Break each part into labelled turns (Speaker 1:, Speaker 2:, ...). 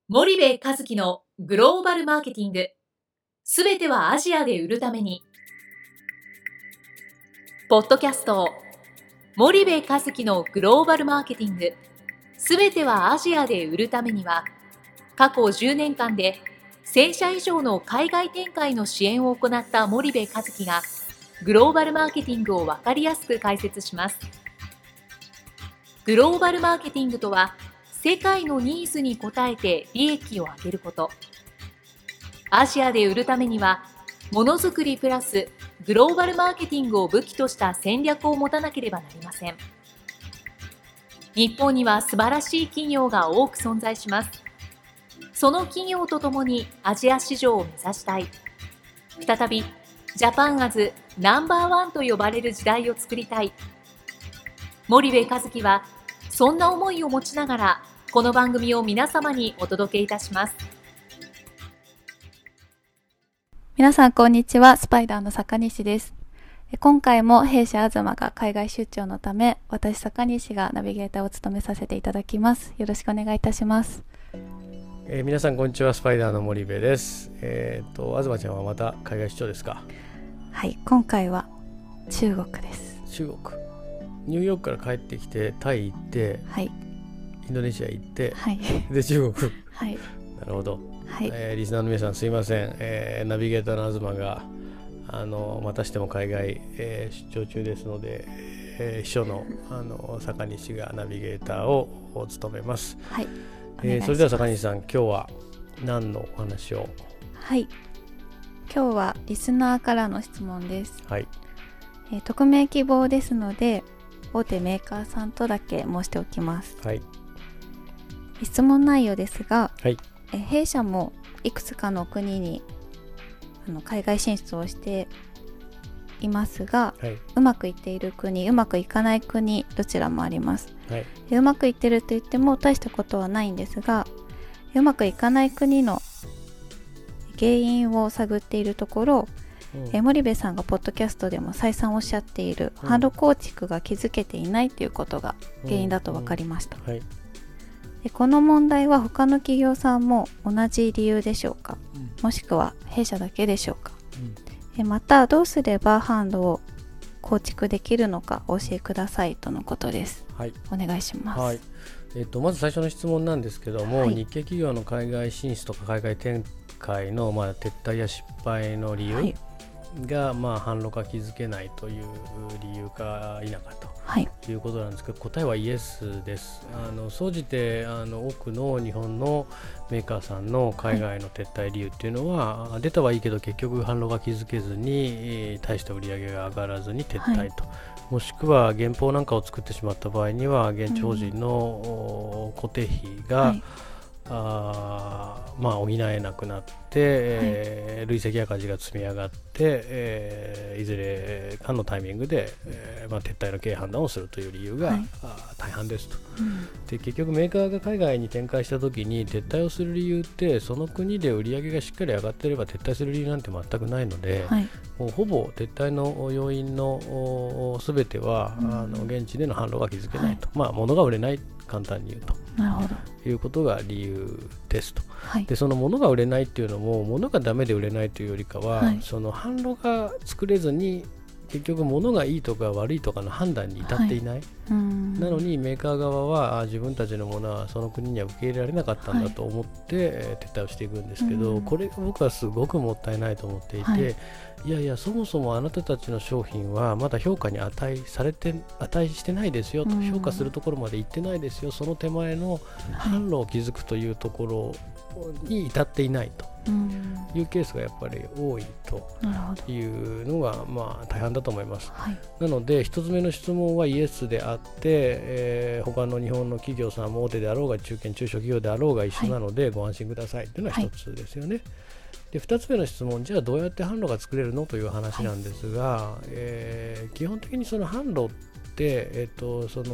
Speaker 1: 森部一樹のグローバルマーケティング、すべてはアジアで売るために。ポッドキャスト森部一樹のグローバルマーケティング、すべてはアジアで売るためには、過去10年間で1000社以上の海外展開の支援を行った森部一樹がグローバルマーケティングを分かりやすく解説します。グローバルマーケティングとは、世界のニーズに応えて利益を上げること。アジアで売るためには、ものづくりプラスグローバルマーケティングを武器とした戦略を持たなければなりません。日本には素晴らしい企業が多く存在します。その企業とともにアジア市場を目指したい。再びジャパンアズナンバーワンと呼ばれる時代を作りたい。森部一樹はそんな思いを持ちながら、この番組を皆様にお届けいたします。
Speaker 2: 皆さんこんにちは、スパイダーの坂西です。今回も弊社東が海外出張のため、私坂西がナビゲーターを務めさせていただきます。よろしくお願いいたします。
Speaker 3: 皆さんこんにちは、スパイダーの森部です。東ちゃんはまた海外出張ですか？
Speaker 2: はい、今回は中国です。
Speaker 3: 中国、ニューヨークから帰ってきてタイ行って、
Speaker 2: はい、
Speaker 3: インドネシア行って、
Speaker 2: はい、
Speaker 3: で中国、
Speaker 2: はい、
Speaker 3: なるほど、
Speaker 2: はい、
Speaker 3: リスナーの皆さんすいません、ナビゲーターの東がまたしても海外、出張中ですので、秘書の、坂西がナビゲーターを務めます。
Speaker 2: はい、
Speaker 3: それでは坂西さん、今日は何のお話を？
Speaker 2: はい、今日はリスナーからの質問です。
Speaker 3: はい、
Speaker 2: 匿名希望ですので、大手メーカーさんとだけ申しておきます。
Speaker 3: はい、
Speaker 2: 質問内容ですが、
Speaker 3: はい、
Speaker 2: 弊社もいくつかの国に海外進出をしていますが、
Speaker 3: はい、
Speaker 2: うまくいっている国、うまくいかない国、どちらもあります。
Speaker 3: はい、
Speaker 2: でうまくいってると言っても大したことはないんですが、うまくいかない国の原因を探っているところ、森部さんがポッドキャストでも再三おっしゃっている、販路構築が築けていないということが原因だと分かりました。
Speaker 3: はい、
Speaker 2: でこの問題は他の企業さんも同じ理由でしょうか、もしくは弊社だけでしょうか、またどうすれば販路を構築できるのかお教えくださいとのことです。
Speaker 3: はい、
Speaker 2: お願いします。
Speaker 3: はい、まず最初の質問なんですけども、
Speaker 2: はい、
Speaker 3: 日系企業の海外進出とか海外展開の、撤退や失敗の理由、
Speaker 2: はい、
Speaker 3: が、販路が築けないという理由か否かということなんですけど、答えはイエスです。総じて多くの日本のメーカーさんの海外の撤退理由っていうのは、出たはいいけど結局販路が築けずに大した売り上げが上がらずに撤退と、もしくは原稿なんかを作ってしまった場合には現地法人の固定費が、補えなくなって、累積赤字が積み上がって、いずれかのタイミングで、撤退の経営判断をするという理由が、大半ですと。で結局メーカーが海外に展開したときに撤退をする理由って、その国で売り上げがしっかり上がっていれば撤退する理由なんて全くないので、もうほぼ撤退の要因のすべては、現地での販路が築けないと、物が売れない、簡単に言うと。
Speaker 2: なるほど。
Speaker 3: いうことが理由ですと。でその物が売れないっていうのも、物がダメで売れないというよりかは、その販路が作れずに結局物がいいとか悪いとかの判断に至っていない、なのにメーカー側は自分たちのものはその国には受け入れられなかったんだと思って、撤退をしていくんですけど、これが僕はすごくもったいないと思っていて、いやいや、そもそもあなたたちの商品はまだ評価に値してないですよと、評価するところまで行ってないですよ、その手前の販路を築くというところに至っていないというケースがやっぱり多いというのが大半だと思います。なので一つ目の質問はイエスであって、他の日本の企業さんも大手であろうが中堅中小企業であろうが一緒なのでご安心くださいというのは一つですよね。で2つ目の質問、じゃあどうやって販路が作れるのという話なんですが、基本的にその販路って、その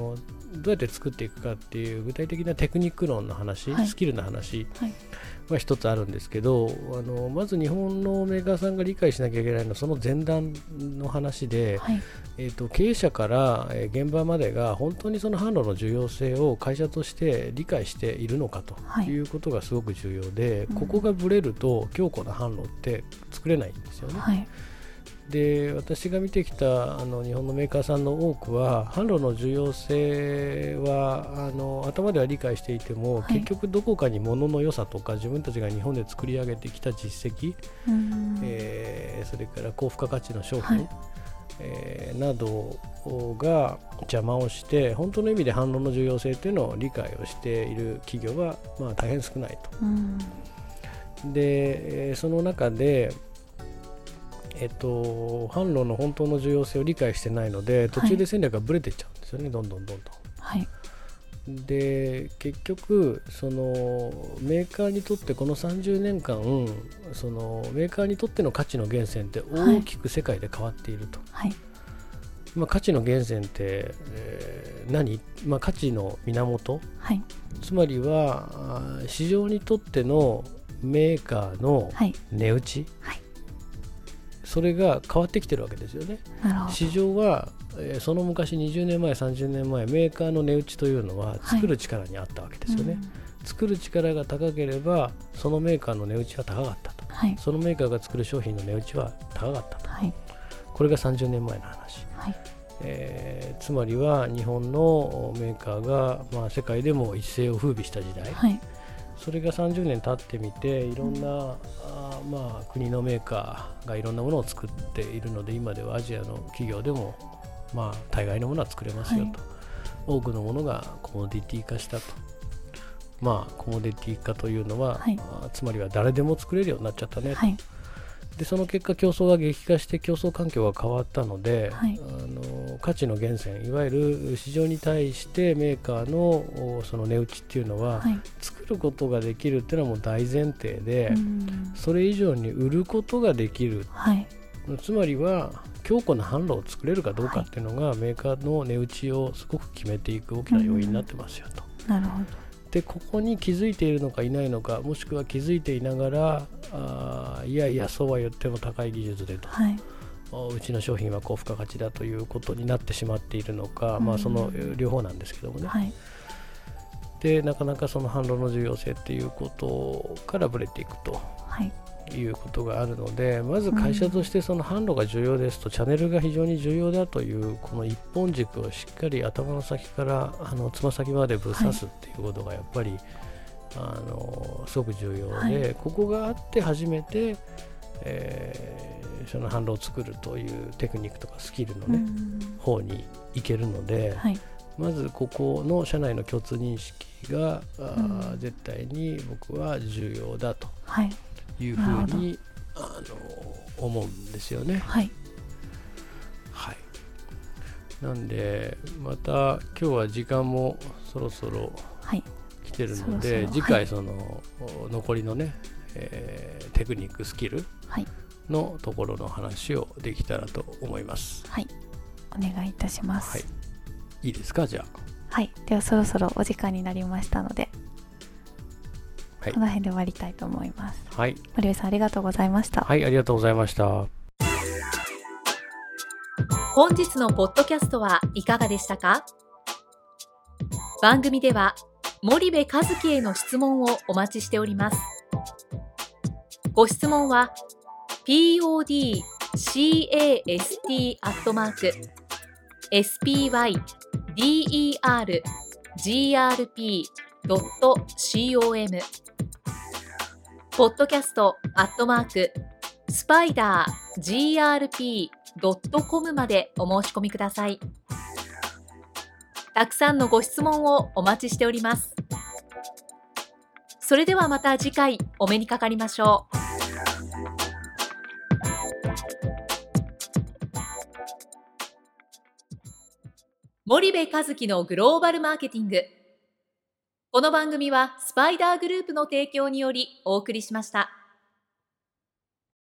Speaker 3: どうやって作っていくかっていう具体的なテクニック論の話、スキルの話は一つあるんですけど、まず日本のメーカーさんが理解しなきゃいけないのはその前段の話で、経営者から現場までが本当にその販路の重要性を会社として理解しているのかということがすごく重要で、ここがぶれると強固な販路って作れないんですよね。で、私が見てきた日本のメーカーさんの多くは販路の重要性は頭では理解していても、結局どこかに物の良さとか自分たちが日本で作り上げてきた実績、それから高付加価値の商品、などが邪魔をして本当の意味で販路の重要性というのを理解をしている企業は大変少ないと。で、その中で販路の本当の重要性を理解してないので途中で戦略がぶれていっちゃうんですよね、どんどん。で、結局そのメーカーにとってこの30年間そのメーカーにとっての価値の源泉って大きく世界で変わっていると。価値の源泉って、何、価値の源、つまりは市場にとってのメーカーの値打ち、それが変わってきてるわけですよね。市場は、その昔20年前30年前メーカーの値打ちというのは作る力にあったわけですよね。作る力が高ければそのメーカーの値打ちは高かったと、そのメーカーが作る商品の値打ちは高かったと、これが30年前の話、つまりは日本のメーカーが、世界でも一世を風靡した時代、それが30年経ってみていろんな、国のメーカーがいろんなものを作っているので、今ではアジアの企業でも、大概のものは作れますよと、多くのものがコモディティ化したと。コモディティ化というのは、つまりは誰でも作れるようになっちゃったねと。で、その結果競争が激化して競争環境が変わったので、価値の源泉、いわゆる市場に対してメーカーのその値打ちっていうのは、作ることができるっていうのはもう大前提で、それ以上に売ることができる、つまりは強固な販路を作れるかどうかっていうのが、メーカーの値打ちをすごく決めていく大きな要因になってますよと。
Speaker 2: なるほど。
Speaker 3: で、ここに気づいているのかいないのか、もしくは気づいていながらいやいやそうは言っても高い技術でと、うちの商品は高付加価値だということになってしまっているのか、その両方なんですけどもね、で、なかなかその販路の重要性っていうことからぶれていくと、いうことがあるので、まず会社としてその販路が重要ですと、チャンネルが非常に重要だというこの一本軸をしっかり頭の先からつま先までぶっ刺すっていうことがやっぱり、すごく重要で、ここがあって初めて、その販路を作るというテクニックとかスキルのね、方に行けるので、まずここの社内の共通認識が、絶対に僕は重要だというふうに思うんですよね。なんでまた今日は時間もそろそろ来てるので、次回その残りのね、テクニックスキルのところの話をできたらと思います。
Speaker 2: お願いいたします。
Speaker 3: いいですか、じゃ
Speaker 2: あ。ではそろそろお時間になりましたので、この辺で終わりたいと思います。森部さん、ありがとうございました。
Speaker 3: ありがとうございました。
Speaker 1: 本日のポッドキャストはいかがでしたか？番組では森部一樹への質問をお待ちしております。ご質問は podcast@spydergrp.com podcast@spidergrp.com までお申し込みください。たくさんのご質問をお待ちしております。それではまた次回お目にかかりましょう。森部一樹のグローバルマーケティング。この番組はスパイダーグループの提供によりお送りしました。